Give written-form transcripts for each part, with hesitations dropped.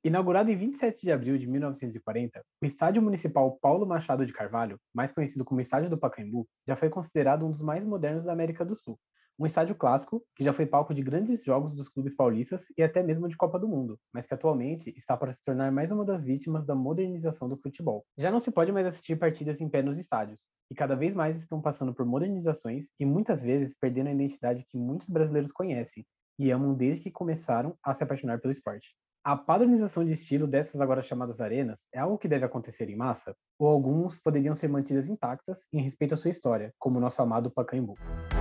Inaugurado em 27 de abril de 1940, o Estádio Municipal Paulo Machado de Carvalho, mais conhecido como Estádio do Pacaembu, já foi considerado um dos mais modernos da América do Sul. Um estádio clássico que já foi palco de grandes jogos dos clubes paulistas e até mesmo de Copa do Mundo, mas que atualmente está para se tornar mais uma das vítimas da modernização do futebol. Já não se pode mais assistir partidas em pé nos estádios, e cada vez mais estão passando por modernizações e muitas vezes perdendo a identidade que muitos brasileiros conhecem e amam desde que começaram a se apaixonar pelo esporte. A padronização de estilo dessas agora chamadas arenas é algo que deve acontecer em massa? Ou alguns poderiam ser mantidas intactas em respeito à sua história, como o nosso amado Pacaembu?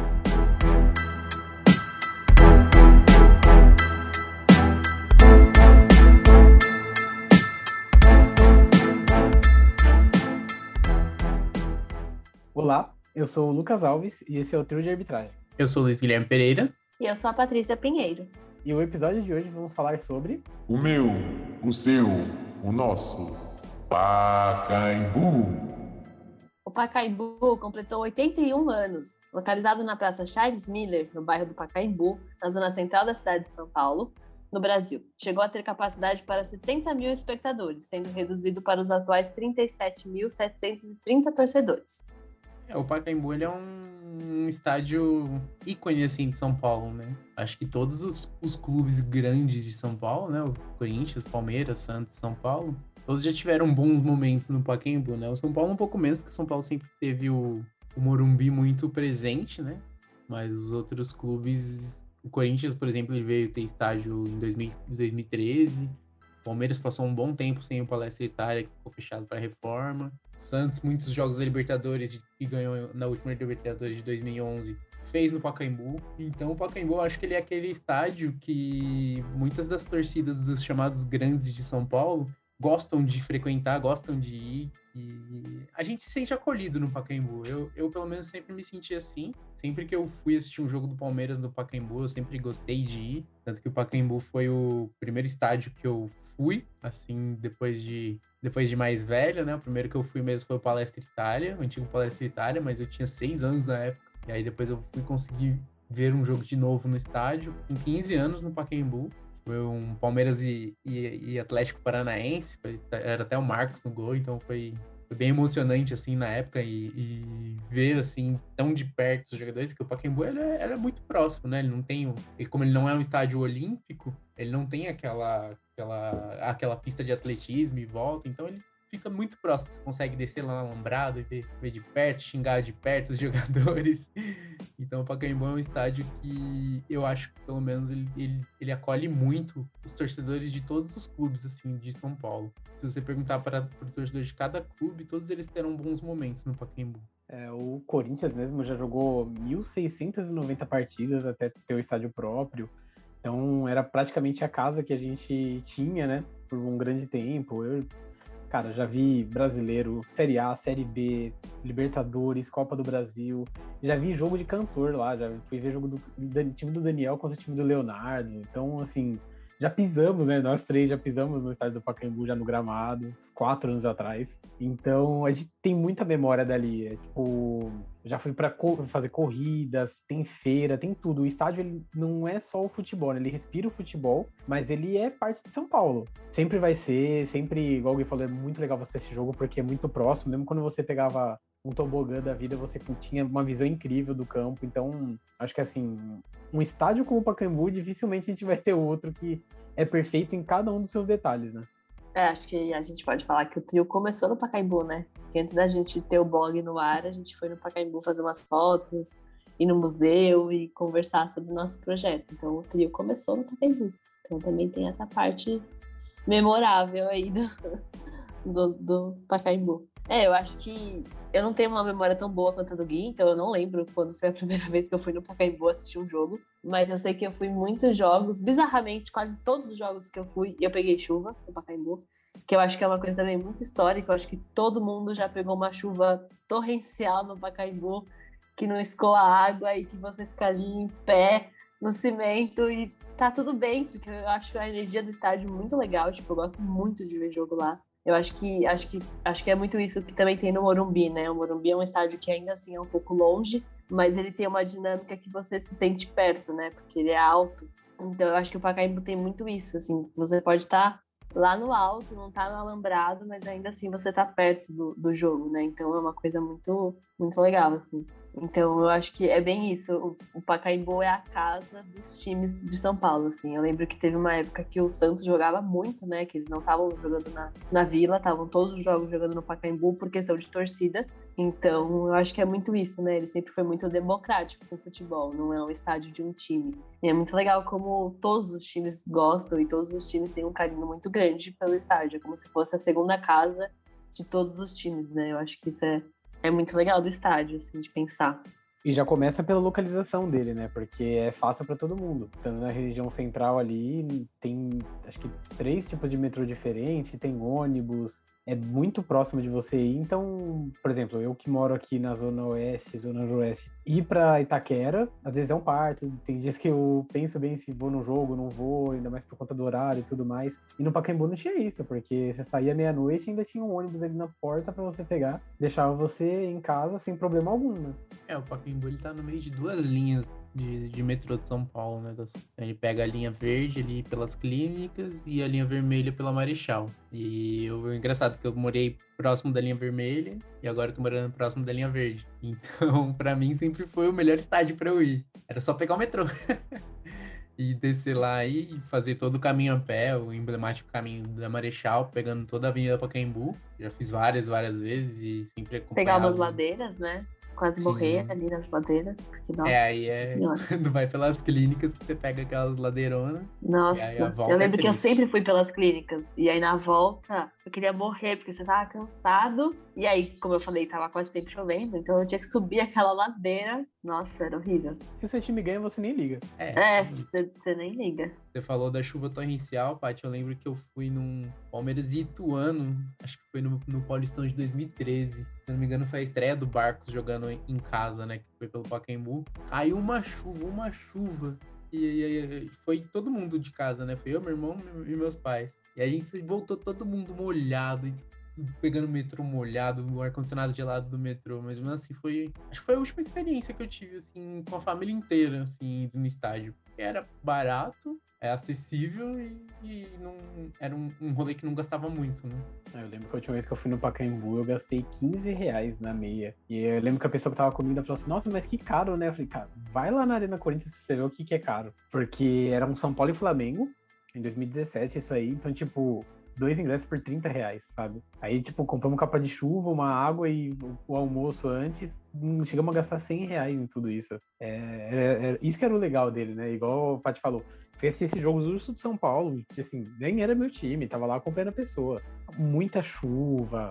Olá, eu sou o Lucas Alves e esse é o Trio de Arbitragem. Eu sou o Luiz Guilherme Pereira. E eu sou a Patrícia Pinheiro. E o episódio de hoje vamos falar sobre... O meu, o seu, o nosso Pacaembu. O Pacaembu completou 81 anos. Localizado na Praça Charles Miller, no bairro do Pacaembu, na zona central da cidade de São Paulo, no Brasil. Chegou a ter capacidade para 70 mil espectadores, sendo reduzido para os atuais 37.730 torcedores. O Pacaembu ele é um estádio ícone assim, de São Paulo, né? Acho que todos os clubes grandes de São Paulo, né? O Corinthians, Palmeiras, Santos, São Paulo, todos já tiveram bons momentos no Pacaembu, né? O São Paulo um pouco menos, porque o São Paulo sempre teve o Morumbi muito presente, né? Mas os outros clubes... O Corinthians, por exemplo, ele veio ter estádio em 2013. O Palmeiras passou um bom tempo sem o Palestra Itália, que ficou fechado para reforma. O Santos, muitos jogos da Libertadores, que ganhou na última Libertadores de 2011, fez no Pacaembu. Então o Pacaembu, eu acho que ele é aquele estádio que muitas das torcidas dos chamados grandes de São Paulo gostam de frequentar, gostam de ir, e a gente se sente acolhido no Pacaembu. Eu pelo menos sempre me senti assim. Sempre que eu fui assistir um jogo do Palmeiras no Pacaembu, eu sempre gostei de ir. Tanto que o Pacaembu foi o primeiro estádio que eu fui, assim, depois de mais velho, né? O primeiro que eu fui mesmo foi o Palestra Itália, o antigo Palestra Itália, mas eu tinha 6 anos na época. E aí depois eu fui conseguir ver um jogo de novo no estádio, com 15 anos no Pacaembu. Foi um Palmeiras e Atlético Paranaense, era até o Marcos no gol, então foi bem emocionante, assim, na época, e ver, assim, tão de perto os jogadores, que o Pacaembu era muito próximo, né? Ele não tem, como ele não é um estádio olímpico, ele não tem aquela pista de atletismo e volta, então ele fica muito próximo, você consegue descer lá na Alambrado e ver de perto, xingar de perto os jogadores. Então o Pacaembu é um estádio que eu acho que pelo menos ele acolhe muito os torcedores de todos os clubes assim, de São Paulo. Se você perguntar para o torcedor de cada clube, todos eles terão bons momentos no Pacaembu. O Corinthians mesmo já jogou 1.690 partidas até ter o estádio próprio. Então era praticamente a casa que a gente tinha, né, por um grande tempo. Cara, já vi brasileiro, Série A, Série B, Libertadores, Copa do Brasil. Já vi jogo de cantor lá, já fui ver jogo do time do Daniel contra o time do Leonardo. Então, assim, já pisamos, né? Nós três já pisamos no estádio do Pacaembu, já no gramado, 4 anos atrás. Então, a gente tem muita memória dali. Já fui para fazer corridas, tem feira, tem tudo. O estádio ele não é só o futebol, né? Ele respira o futebol, mas ele é parte de São Paulo. Sempre vai ser, sempre, igual alguém falou, é muito legal você assistir jogo porque é muito próximo. Mesmo quando você pegava um tobogã da vida, você tinha uma visão incrível do campo. Então, acho que assim, um estádio como o Pacaembu, dificilmente a gente vai ter outro que é perfeito em cada um dos seus detalhes, né? Acho que a gente pode falar que o trio começou no Pacaembu, né? Porque antes da gente ter o blog no ar, a gente foi no Pacaembu fazer umas fotos, ir no museu e conversar sobre o nosso projeto. Então, o trio começou no Pacaembu. Então, também tem essa parte memorável aí do Pacaembu. Eu acho que eu não tenho uma memória tão boa quanto a do Gui, então eu não lembro quando foi a primeira vez que eu fui no Pacaembu assistir um jogo, mas eu sei que eu fui em muitos jogos, bizarramente, quase todos os jogos que eu fui, eu peguei chuva no Pacaembu, que eu acho que é uma coisa também muito histórica, eu acho que todo mundo já pegou uma chuva torrencial no Pacaembu, que não escoa água e que você fica ali em pé, no cimento, e tá tudo bem, porque eu acho a energia do estádio muito legal, tipo, eu gosto muito de ver jogo lá. Eu acho que é muito isso que também tem no Morumbi, né? O Morumbi é um estádio que ainda assim é um pouco longe, mas ele tem uma dinâmica que você se sente perto, né? Porque ele é alto. Então eu acho que o Pacaembu tem muito isso, assim. Você pode estar lá no alto, não tá no alambrado, mas ainda assim você tá perto do jogo, né? Então é uma coisa muito, muito legal, assim. Então eu acho que é bem isso. O Pacaembu é a casa dos times de São Paulo, assim. Eu lembro que teve uma época que o Santos jogava muito, né? Que eles não estavam jogando na Vila, estavam todos os jogos jogando no Pacaembu por questão de torcida. Então eu acho que é muito isso, né? Ele sempre foi muito democrático com o futebol, não é um estádio de um time. E é muito legal como todos os times gostam e todos os times têm um carinho muito grande pelo estádio, como se fosse a segunda casa de todos os times, né? Eu acho que isso é muito legal do estádio, assim, de pensar. E já começa pela localização dele, né? Porque é fácil para todo mundo. Tanto na região central ali, tem acho que 3 tipos de metrô diferentes, tem ônibus, é muito próximo de você ir. Então, por exemplo, eu que moro aqui na Zona Oeste, Zona Noroeste, ir para Itaquera, às vezes é um parto. Tem dias que eu penso bem se vou no jogo, não vou, ainda mais por conta do horário e tudo mais. E no Pacaembu não tinha isso, porque você saía meia-noite e ainda tinha um ônibus ali na porta para você pegar, deixava você em casa sem problema algum, né? O Pacaembu ele tá no meio de 2 linhas de metrô de São Paulo, né? Ele pega a linha verde ali pelas clínicas e a linha vermelha pela Marechal. E é engraçado que eu morei próximo da linha vermelha e agora eu tô morando próximo da linha verde. Então, pra mim, sempre foi o melhor estádio pra eu ir. Era só pegar o metrô. E descer lá e fazer todo o caminho a pé, o emblemático caminho da Marechal, pegando toda a Avenida Pacaembu. Já fiz várias vezes e sempre acompanhava. Pegar umas ladeiras, né? Quase morrer ali nas ladeiras. Porque, nossa, aí quando vai pelas clínicas que você pega aquelas ladeironas. Nossa, eu lembro que eu sempre fui pelas clínicas. E aí na volta eu queria morrer, porque você tava cansado. E aí, como eu falei, tava quase sempre chovendo. Então eu tinha que subir aquela ladeira. Nossa, era horrível. Se o seu time ganha, você nem liga. Você nem liga. Você falou da chuva torrencial, Paty. Eu lembro que eu fui num Palmeiras e Ituano. Acho que foi no Paulistão de 2013. Se não me engano, foi a estreia do Barcos jogando em casa, né? Que foi pelo Pacaembu. Caiu uma chuva. E foi todo mundo de casa, né? Foi eu, meu irmão e meus pais. E a gente voltou todo mundo molhado, pegando o metrô molhado, o ar-condicionado gelado do metrô. Mas mesmo assim, acho que foi a última experiência que eu tive, assim, com a família inteira, assim, indo no estádio. Era barato, é acessível e não era um rolê que não gastava muito, né? Eu lembro que a última vez que eu fui no Pacaembu, eu gastei R$15 na meia. E eu lembro que a pessoa que tava comigo falou assim, nossa, mas que caro, né? Eu falei, cara, vai lá na Arena Corinthians pra você ver o que é caro. Porque era um São Paulo e Flamengo, em 2017, isso aí. Então, tipo, 2 ingressos por R$30, sabe? Aí, tipo, compramos capa de chuva, uma água e o almoço antes. Chegamos a gastar R$100 em tudo isso. Isso que era o legal dele, né? Igual o Paty falou. Fez esse jogo do de São Paulo, assim, nem era meu time, tava lá acompanhando a pessoa. Muita chuva,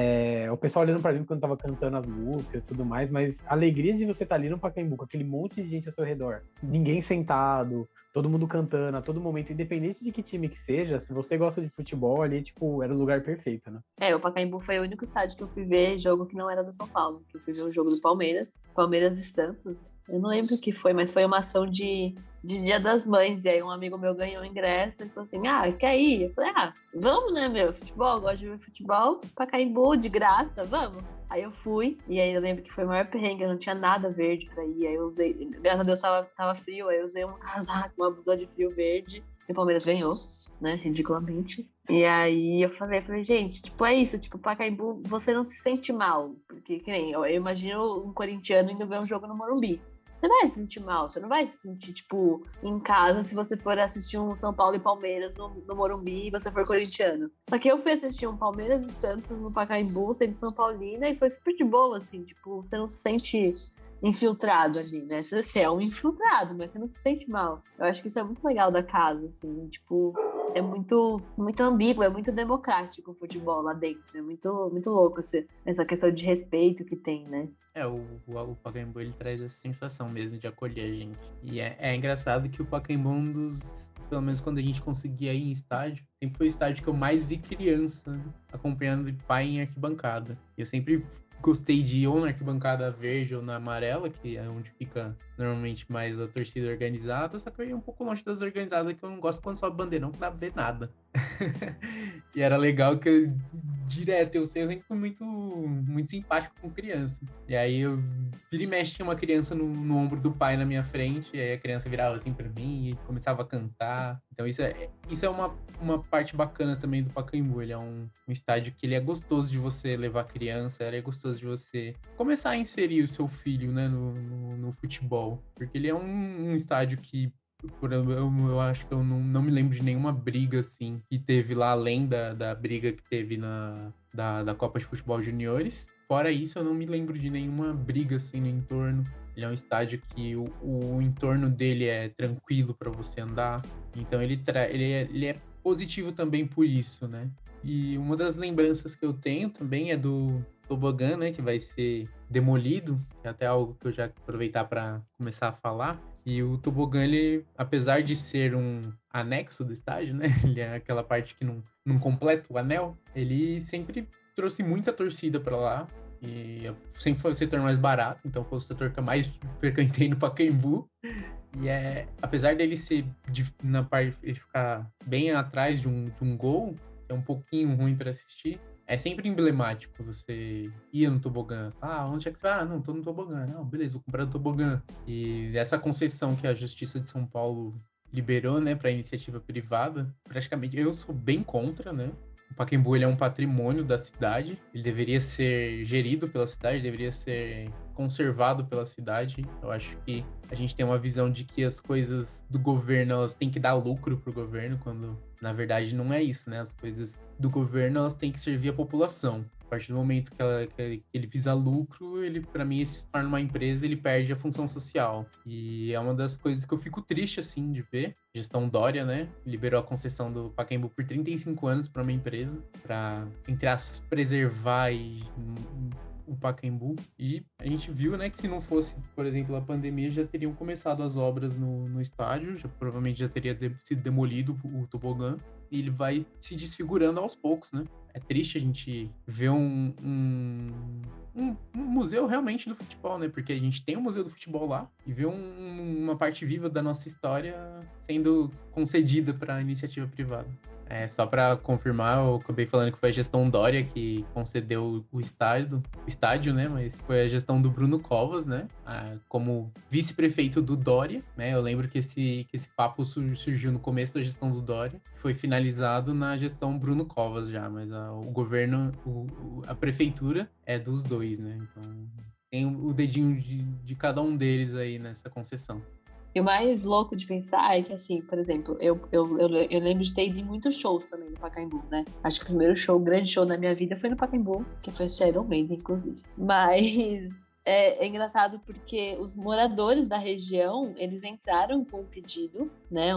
o pessoal olhando pra mim quando tava cantando as músicas e tudo mais, mas a alegria de você estar ali no Pacaembu, com aquele monte de gente ao seu redor, ninguém sentado, todo mundo cantando a todo momento, independente de que time que seja, se você gosta de futebol, ali, tipo, era o lugar perfeito, né? O Pacaembu foi o único estádio que eu fui ver jogo que não era do São Paulo, que eu fui ver o jogo do Palmeiras e Santos. Eu não lembro o que foi, mas foi uma ação de Dia das Mães, e aí um amigo meu ganhou o ingresso e falou assim, quer ir? Eu falei, vamos, né, meu, futebol, gosto de ver futebol, Pacaembu, de graça, vamos. Aí eu fui, e aí eu lembro que foi o maior perrengue, eu não tinha nada verde pra ir, aí eu usei, graças a Deus tava frio, aí eu usei um casaco, uma blusa de frio verde, e o Palmeiras ganhou, né, ridiculamente. E aí eu falei, gente, tipo, é isso, tipo, Pacaembu, você não se sente mal, porque, que nem, eu imagino um corintiano indo ver um jogo no Morumbi. Você vai se sentir mal, você não vai se sentir, tipo, em casa se você for assistir um São Paulo e Palmeiras no Morumbi e você for corintiano. Só que eu fui assistir um Palmeiras e Santos no Pacaembu, sendo São Paulina, e foi super de boa, assim, tipo, você não se sente infiltrado ali, né? Você é um infiltrado, mas você não se sente mal. Eu acho que isso é muito legal da casa, assim, tipo, é muito, muito ambíguo, é muito democrático o futebol lá dentro, é muito, muito louco essa questão de respeito que tem, né? O Pacaembu, ele traz essa sensação mesmo de acolher a gente. E é engraçado que o Pacaembu, pelo menos quando a gente conseguia ir em estádio, sempre foi o estádio que eu mais vi criança, né, acompanhando de pai em arquibancada. Eu sempre gostei de ir ou na arquibancada verde ou na amarela, que é onde fica normalmente mais a torcida organizada, só que eu ia um pouco longe das organizadas, que eu não gosto quando sobe bandeirão, que não dá pra ver nada. E era legal que direto. Eu sempre fui muito simpático com criança. E aí eu vira e mexe, tinha uma criança no ombro do pai na minha frente, e aí a criança virava assim pra mim e começava a cantar. Então isso é uma parte bacana também do Pacaembu. Ele é um estádio que ele é gostoso de você levar criança, ele é gostoso de você começar a inserir o seu filho, né, no futebol. Porque ele é um estádio que eu acho que eu não me lembro de nenhuma briga, assim, que teve lá, além da briga que teve da Copa de Futebol Juniores. Fora isso, eu não me lembro de nenhuma briga, assim, no entorno. Ele é um estádio que o entorno dele é tranquilo para você andar. Então, ele é positivo também por isso, né? E uma das lembranças que eu tenho também é do tobogã, né? Que vai ser demolido. É até algo que eu já aproveitar para começar a falar. E o tobogã, ele, apesar de ser um anexo do estádio, né? Ele é aquela parte que não completa o anel. Ele sempre trouxe muita torcida para lá. E sempre foi o setor mais barato. Então foi o setor que eu mais frequentei no Pacaembu. E apesar dele ser na parte ele ficar bem atrás de um gol, ser um pouquinho ruim para assistir, é sempre emblemático. Você ia no tobogã, onde é que você vai? Não, tô no tobogã. Não, beleza, vou comprar o tobogã. E essa concessão que a Justiça de São Paulo liberou, né, para iniciativa privada, praticamente eu sou bem contra, né? O Pacaembu, ele é um patrimônio da cidade, ele deveria ser gerido pela cidade, deveria ser conservado pela cidade. Eu acho que a gente tem uma visão de que as coisas do governo, elas têm que dar lucro pro governo, quando na verdade não é isso, né? As coisas do governo, elas têm que servir a população. A partir do momento que ele visa lucro, ele, para mim, ele se torna uma empresa, ele perde a função social. E é uma das coisas que eu fico triste, assim, de ver. Gestão Dória, né? Liberou a concessão do Pacaembu por 35 anos para uma empresa, para, entre aspas, preservar o Pacaembu. E a gente viu, né, que se não fosse, por exemplo, a pandemia, já teriam começado as obras no estádio, provavelmente já teria sido demolido o tobogã. E ele vai se desfigurando aos poucos, né? É triste a gente ver um museu realmente do futebol, né? Porque a gente tem um museu do futebol lá e ver uma parte viva da nossa história sendo concedida para iniciativa privada. Só para confirmar, eu acabei falando que foi a gestão Dória que concedeu o estádio, né? Mas foi a gestão do Bruno Covas, né? Como vice-prefeito do Dória, né? Eu lembro que esse papo surgiu no começo da gestão do Dória, foi finalizado na gestão Bruno Covas já, mas o governo, a prefeitura é dos dois, né? Então tem o dedinho de cada um deles aí nessa concessão. E o mais louco de pensar é que, assim, por exemplo, eu lembro de ter ido em muitos shows também no Pacaembu, né? Acho que o primeiro grande show da minha vida foi no Pacaembu, que foi Iron Maiden, inclusive. Mas é engraçado porque os moradores da região, eles entraram com um pedido, né?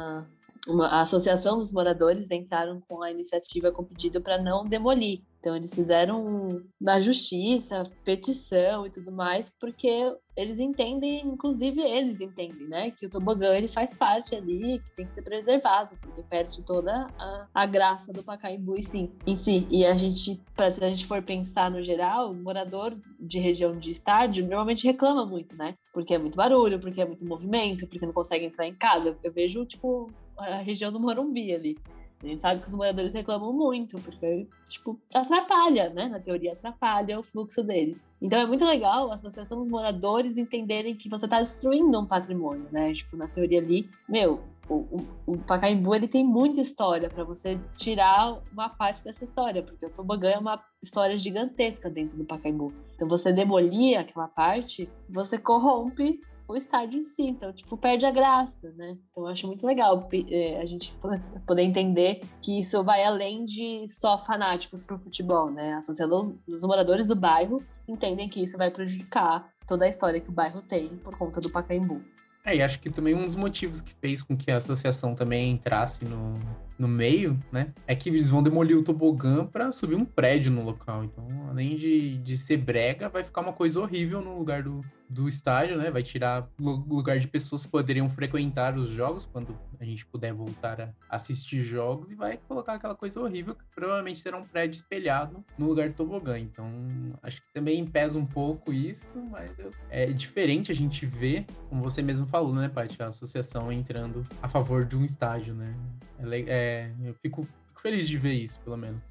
A associação dos moradores entraram com a iniciativa com pedido para não demolir. Então, eles fizeram na justiça, petição e tudo mais, porque eles entendem, inclusive eles entendem, né, que o tobogã ele faz parte ali, que tem que ser preservado, porque perde toda a graça do Pacaembu em si. E se a gente for pensar no geral, o morador de região de estádio normalmente reclama muito, né, porque é muito barulho, porque é muito movimento, porque não consegue entrar em casa. Eu vejo, tipo, a região do Morumbi ali. A gente sabe que os moradores reclamam muito, porque, tipo, atrapalha, né? Na teoria, atrapalha o fluxo deles. Então, é muito legal a associação dos moradores entenderem que você está destruindo um patrimônio, né? Tipo, na teoria ali, o Pacaembu, ele tem muita história para você tirar uma parte dessa história, porque o tobogã é uma história gigantesca dentro do Pacaembu. Então, você demolir aquela parte, você corrompe o estádio em si, então, tipo, perde a graça, né? Então, eu acho muito legal a gente poder entender que isso vai além de só fanáticos pro futebol, né? A associação dos moradores do bairro entendem que isso vai prejudicar toda a história que o bairro tem por conta do Pacaembu. E acho que também um dos motivos que fez com que a associação também entrasse no meio, né, é que eles vão demolir o tobogã para subir um prédio no local. Então, além de ser brega, vai ficar uma coisa horrível no lugar do estádio, né? Vai tirar lugar de pessoas que poderiam frequentar os jogos quando a gente puder voltar a assistir jogos, e vai colocar aquela coisa horrível que provavelmente será um prédio espelhado no lugar do tobogã. Então, acho que também pesa um pouco isso, mas é diferente a gente ver, como você mesmo falou, né, Paty, a associação entrando a favor de um estádio, né? Eu fico feliz de ver isso, pelo menos.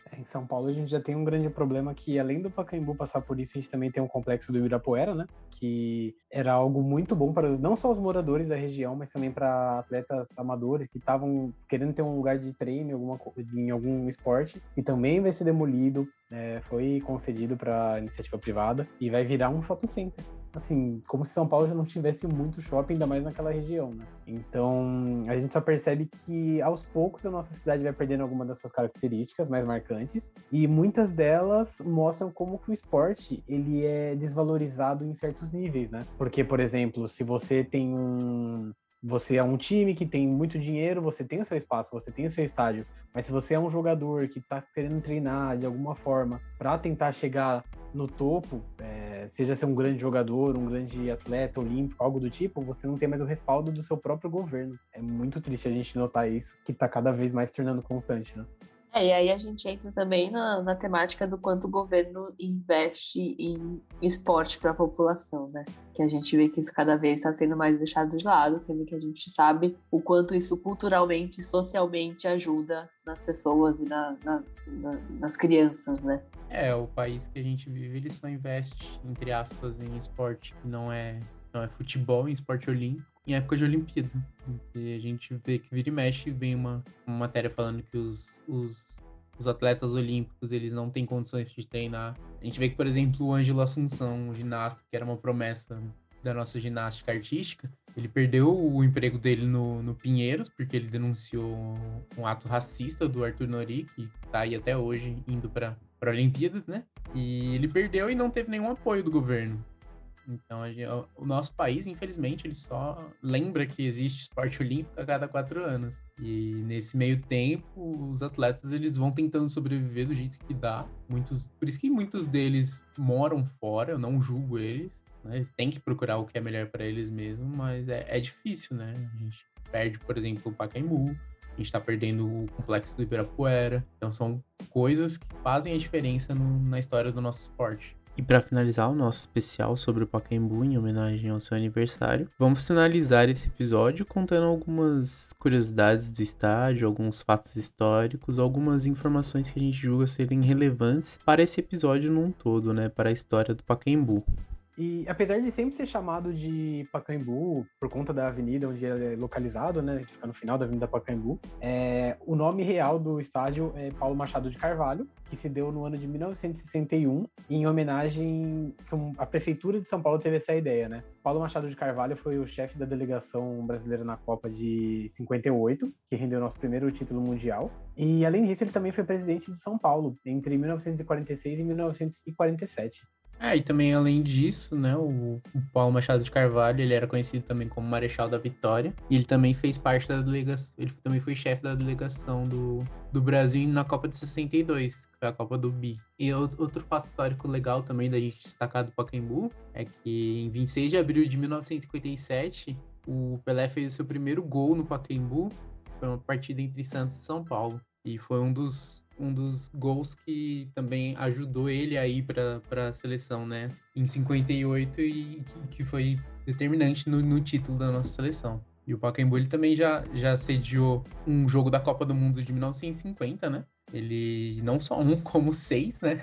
Em São Paulo a gente já tem um grande problema que, além do Pacaembu passar por isso, a gente também tem um complexo do Ibirapuera, né? Que era algo muito bom para não só os moradores da região, mas também para atletas amadores que estavam querendo ter um lugar de treino em algum esporte, e também vai ser demolido, foi concedido para iniciativa privada e vai virar um shopping center. Assim, como se São Paulo já não tivesse muito shopping, ainda mais naquela região, né? Então, a gente só percebe que, aos poucos, a nossa cidade vai perdendo algumas das suas características mais marcantes, e muitas delas mostram como que o esporte, ele é desvalorizado em certos níveis, né? Porque, por exemplo, se você você é um time que tem muito dinheiro, você tem o seu espaço, você tem o seu estádio, mas se você é um jogador que está querendo treinar de alguma forma para tentar chegar no topo, seja ser um grande jogador, um grande atleta olímpico, algo do tipo, você não tem mais o respaldo do seu próprio governo. É muito triste a gente notar isso, que está cada vez mais se tornando constante, né? E aí a gente entra também na temática do quanto o governo investe em esporte para a população, né? Que a gente vê que isso cada vez está sendo mais deixado de lado, sendo que a gente sabe o quanto isso culturalmente e socialmente ajuda nas pessoas e nas crianças, né? O país que a gente vive, ele só investe, entre aspas, em esporte que não é futebol, em esporte olímpico, em época de Olimpíada. E a gente vê que vira e mexe, vem uma matéria falando que os atletas olímpicos, eles não têm condições de treinar. A gente vê que, por exemplo, o Ângelo Assunção, um ginasta, que era uma promessa da nossa ginástica artística, ele perdeu o emprego dele no Pinheiros, porque ele denunciou um ato racista do Arthur Nori, que tá aí até hoje indo para Olimpíadas, né? E ele perdeu e não teve nenhum apoio do governo. Então, o nosso país, infelizmente, ele só lembra que existe esporte olímpico a cada 4 anos. E nesse meio tempo, os atletas, eles vão tentando sobreviver do jeito que dá. Por isso que muitos deles moram fora, eu não julgo eles, né? Eles têm que procurar o que é melhor para eles mesmos, mas é difícil, né? A gente perde, por exemplo, o Pacaembu, a gente tá perdendo o complexo do Ibirapuera. Então, são coisas que fazem a diferença na história do nosso esporte. E para finalizar o nosso especial sobre o Pacaembu em homenagem ao seu aniversário, vamos finalizar esse episódio contando algumas curiosidades do estádio, alguns fatos históricos, algumas informações que a gente julga serem relevantes para esse episódio num todo, né, para a história do Pacaembu. E apesar de sempre ser chamado de Pacaembu, por conta da avenida onde ele é localizado, né, que fica no final da Avenida Pacaembu, o nome real do estádio é Paulo Machado de Carvalho, que se deu no ano de 1961, em homenagem a Prefeitura de São Paulo teve essa ideia, né? Paulo Machado de Carvalho foi o chefe da delegação brasileira na Copa de 58, que rendeu nosso primeiro título mundial. E, além disso, ele também foi presidente de São Paulo, entre 1946 e 1947. E também, além disso, né, o Paulo Machado de Carvalho, ele era conhecido também como Marechal da Vitória, e ele também fez parte da delegação, ele também foi chefe da delegação do Brasil na Copa de 62, que foi a Copa do Bi. E outro fato histórico legal também da gente destacar do Pacaembu é que em 26 de abril de 1957, o Pelé fez o seu primeiro gol no Pacaembu, foi uma partida entre Santos e São Paulo, e foi um dos gols que também ajudou ele a ir para a seleção, né, em 58, e que foi determinante no título da nossa seleção. E o Pacaembu, ele também já sediou um jogo da Copa do Mundo de 1950, né? Ele não só um, como 6, né?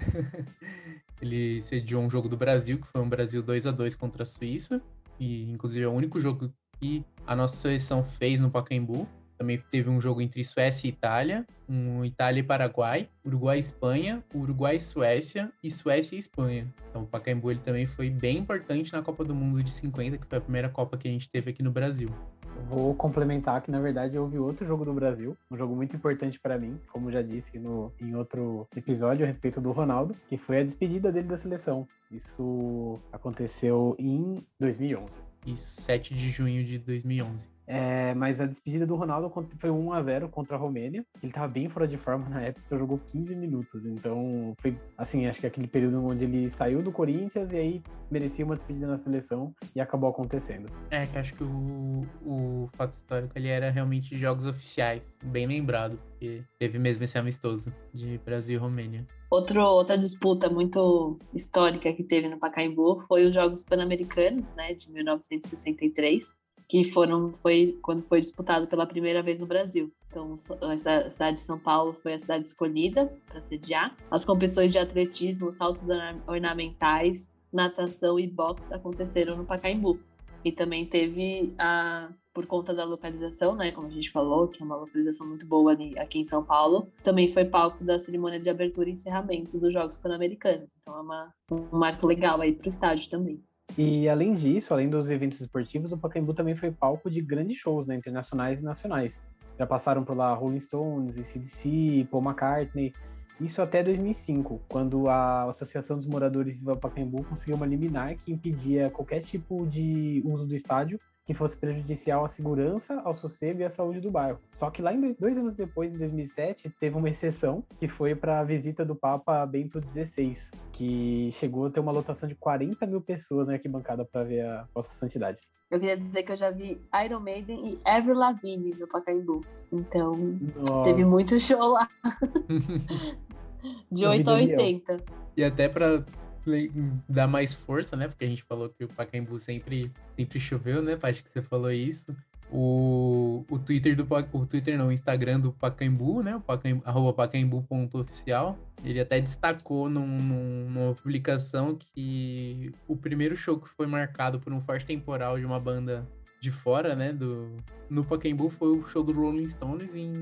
Ele sediou um jogo do Brasil, que foi um Brasil 2-2 contra a Suíça, e inclusive é o único jogo que a nossa seleção fez no Pacaembu. Também teve um jogo entre Suécia e Itália, um Itália e Paraguai, Uruguai e Espanha, Uruguai e Suécia e Espanha. Então o Pacaembu, ele também foi bem importante na Copa do Mundo de 50, que foi a primeira Copa que a gente teve aqui no Brasil. Vou complementar que, na verdade, houve outro jogo do Brasil, um jogo muito importante para mim, como já disse em outro episódio a respeito do Ronaldo, que foi a despedida dele da seleção. Isso aconteceu em 2011. Isso, 7 de junho de 2011. Mas a despedida do Ronaldo foi 1-0 contra a Romênia. Ele tava bem fora de forma na época, só jogou 15 minutos. Então, foi, assim, acho que aquele período onde ele saiu do Corinthians e aí merecia uma despedida na seleção e acabou acontecendo. Que acho que o fato histórico, ele era realmente jogos oficiais, bem lembrado, porque teve mesmo esse amistoso de Brasil e Romênia. Outra disputa muito histórica que teve no Pacaembu foi os Jogos Pan-Americanos, né, de 1963. foi quando foi disputado pela primeira vez no Brasil. Então, a cidade de São Paulo foi a cidade escolhida para sediar. As competições de atletismo, saltos ornamentais, natação e boxe aconteceram no Pacaembu. E também teve, por conta da localização, né, como a gente falou, que é uma localização muito boa aqui em São Paulo, também foi palco da cerimônia de abertura e encerramento dos Jogos Pan-Americanos. Então é um marco legal aí para o estádio também. E além disso, além dos eventos esportivos, o Pacaembu também foi palco de grandes shows, né, internacionais e nacionais. Já passaram por lá Rolling Stones, AC/DC, Paul McCartney. Isso até 2005, quando a Associação dos Moradores de Viva Pacaembu conseguiu uma liminar que impedia qualquer tipo de uso do estádio que fosse prejudicial à segurança, ao sossego e à saúde do bairro. Só que lá, 2 anos depois, em 2007, teve uma exceção, que foi para a visita do Papa Bento XVI, que chegou a ter uma lotação de 40 mil pessoas na arquibancada para ver a Vossa Santidade. Eu queria dizer que eu já vi Iron Maiden e Avril Lavigne no Pacaembu. Então, teve muito show lá. De 8 a 80. E até para dar mais força, né? Porque a gente falou que o Pacaembu sempre choveu, né? Acho que você falou isso. O Instagram do Pacaembu, né? @pacaembu.oficial. Ele até destacou numa publicação que o primeiro show que foi marcado por um forte temporal de uma banda de fora, né? No Pacaembu foi o show do Rolling Stones em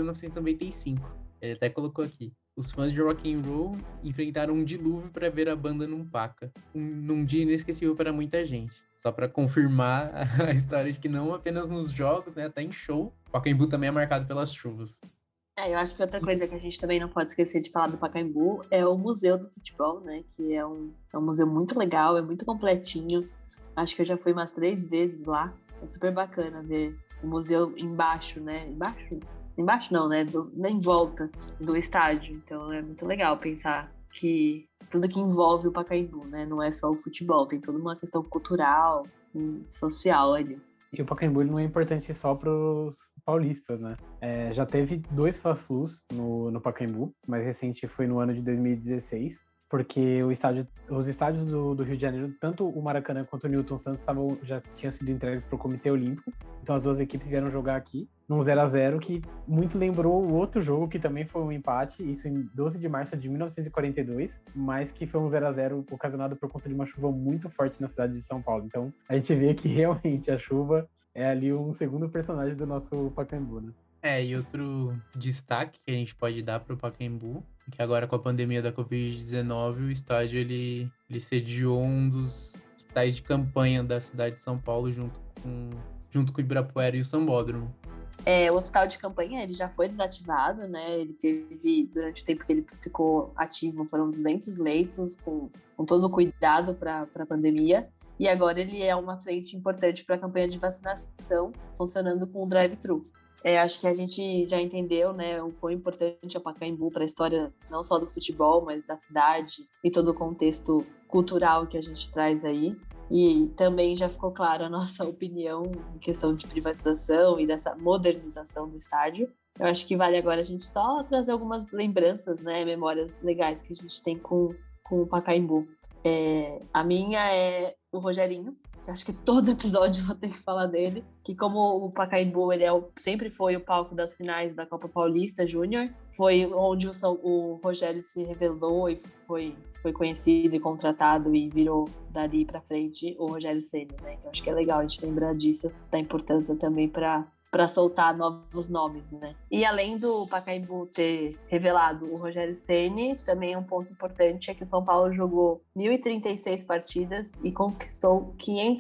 1995. Ele até colocou aqui. Os fãs de rock and roll enfrentaram um dilúvio para ver a banda num Paca. Num dia inesquecível para muita gente. Só para confirmar a história de que não apenas nos jogos, né, até em show, o Pacaembu também é marcado pelas chuvas. Eu acho que outra coisa que a gente também não pode esquecer de falar do Pacaembu é o Museu do Futebol, né, que é um museu muito legal, é muito completinho. Acho que eu já fui umas 3 vezes lá. É super bacana ver o museu embaixo, né, Embaixo não, né, em volta do estádio. Então é muito legal pensar que tudo que envolve o Pacaembu, né? Não é só o futebol, tem toda uma questão cultural e social ali. E o Pacaembu não é importante só para os paulistas, né? Já teve 2 Fla-Flus no Pacaembu, mais recente foi no ano de 2016, porque os estádios do Rio de Janeiro, tanto o Maracanã quanto o Newton Santos já tinham sido entregues para o Comitê Olímpico, então as 2 equipes vieram jogar aqui, num 0x0, que muito lembrou o outro jogo, que também foi um empate, isso em 12 de março de 1942, mas que foi um 0x0 ocasionado por conta de uma chuva muito forte na cidade de São Paulo. Então a gente vê que realmente a chuva é ali um segundo personagem do nosso Pacaembu, né? E outro destaque que a gente pode dar para o Pacaembu, que agora com a pandemia da Covid-19, o estádio ele sediou um dos hospitais de campanha da cidade de São Paulo junto com o Ibirapuera e o Sambódromo. O hospital de campanha ele já foi desativado, né? Ele teve, durante o tempo que ele ficou ativo, foram 200 leitos com todo o cuidado para a pandemia. E agora ele é uma frente importante para a campanha de vacinação, funcionando com o drive-thru. Acho que a gente já entendeu, né, o quão importante é o Pacaembu para a história não só do futebol, mas da cidade e todo o contexto cultural que a gente traz aí. E também já ficou clara a nossa opinião em questão de privatização e dessa modernização do estádio. Eu acho que vale agora a gente só trazer algumas lembranças, né, memórias legais que a gente tem com o Pacaembu. A minha é o Rogerinho, que acho que todo episódio eu vou ter que falar dele, que como o Pacaembu ele sempre foi o palco das finais da Copa Paulista Júnior, foi onde o Rogério se revelou e foi conhecido e contratado e virou dali pra frente o Rogério Ceni, né? Então acho que é legal a gente lembrar disso, da importância também para soltar novos nomes, né? E além do Pacaembu ter revelado o Rogério Ceni, também um ponto importante é que o São Paulo jogou 1.036 partidas e conquistou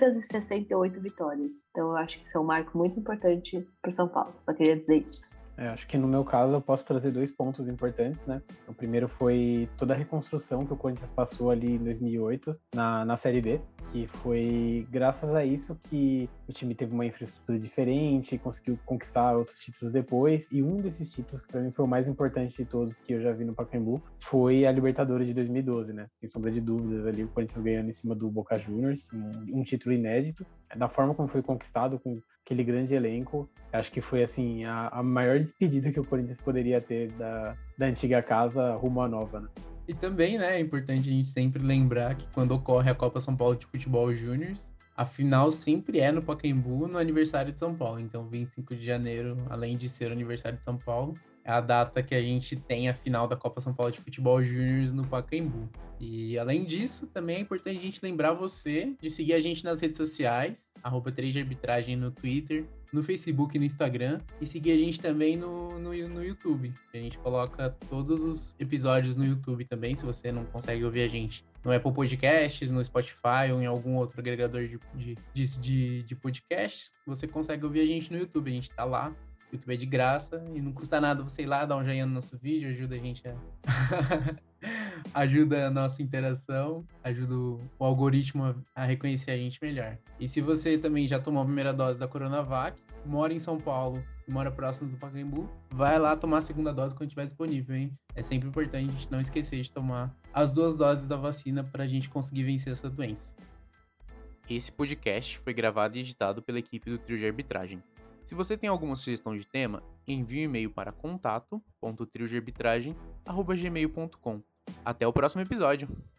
568 vitórias. Então eu acho que isso é um marco muito importante para o São Paulo. Só queria dizer isso. Acho que no meu caso eu posso trazer 2 pontos importantes, né? O primeiro foi toda a reconstrução que o Corinthians passou ali em 2008 na Série B, que foi graças a isso que o time teve uma infraestrutura diferente, conseguiu conquistar outros títulos depois, e um desses títulos que para mim foi o mais importante de todos que eu já vi no Pacaembu foi a Libertadores de 2012, né? Sem sombra de dúvidas ali, o Corinthians ganhando em cima do Boca Juniors, um título inédito, da forma como foi conquistado, com aquele grande elenco. Acho que foi assim a maior despedida que o Corinthians poderia ter da antiga casa rumo à nova, né? E também, né, é importante a gente sempre lembrar que quando ocorre a Copa São Paulo de Futebol Júnior, A final sempre é no Pacaembu, no aniversário de São Paulo. Então, 25 de janeiro, além de ser o aniversário de São Paulo, é a data que a gente tem a final da Copa São Paulo de Futebol Júnior no Pacaembu. E, além disso, também é importante a gente lembrar você de seguir a gente nas redes sociais, @3dearbitragem no Twitter, no Facebook e no Instagram, e seguir a gente também no YouTube. A gente coloca todos os episódios no YouTube também, se você não consegue ouvir a gente no Apple Podcasts, no Spotify ou em algum outro agregador de podcasts, você consegue ouvir a gente no YouTube. A gente tá lá, o YouTube é de graça e não custa nada você ir lá, dar um joinha no nosso vídeo, ajuda a gente a... ajuda a nossa interação, ajuda o algoritmo a reconhecer a gente melhor. E se você também já tomou a primeira dose da Coronavac, mora em São Paulo e mora próximo do Pacaembu, vai lá tomar a segunda dose quando estiver disponível, hein? É sempre importante a gente não esquecer de tomar as 2 doses da vacina para a gente conseguir vencer essa doença. Esse podcast foi gravado e editado pela equipe do Trio de Arbitragem. Se você tem alguma sugestão de tema, envie um e-mail para contato.triodearbitragem@gmail.com. Até o próximo episódio!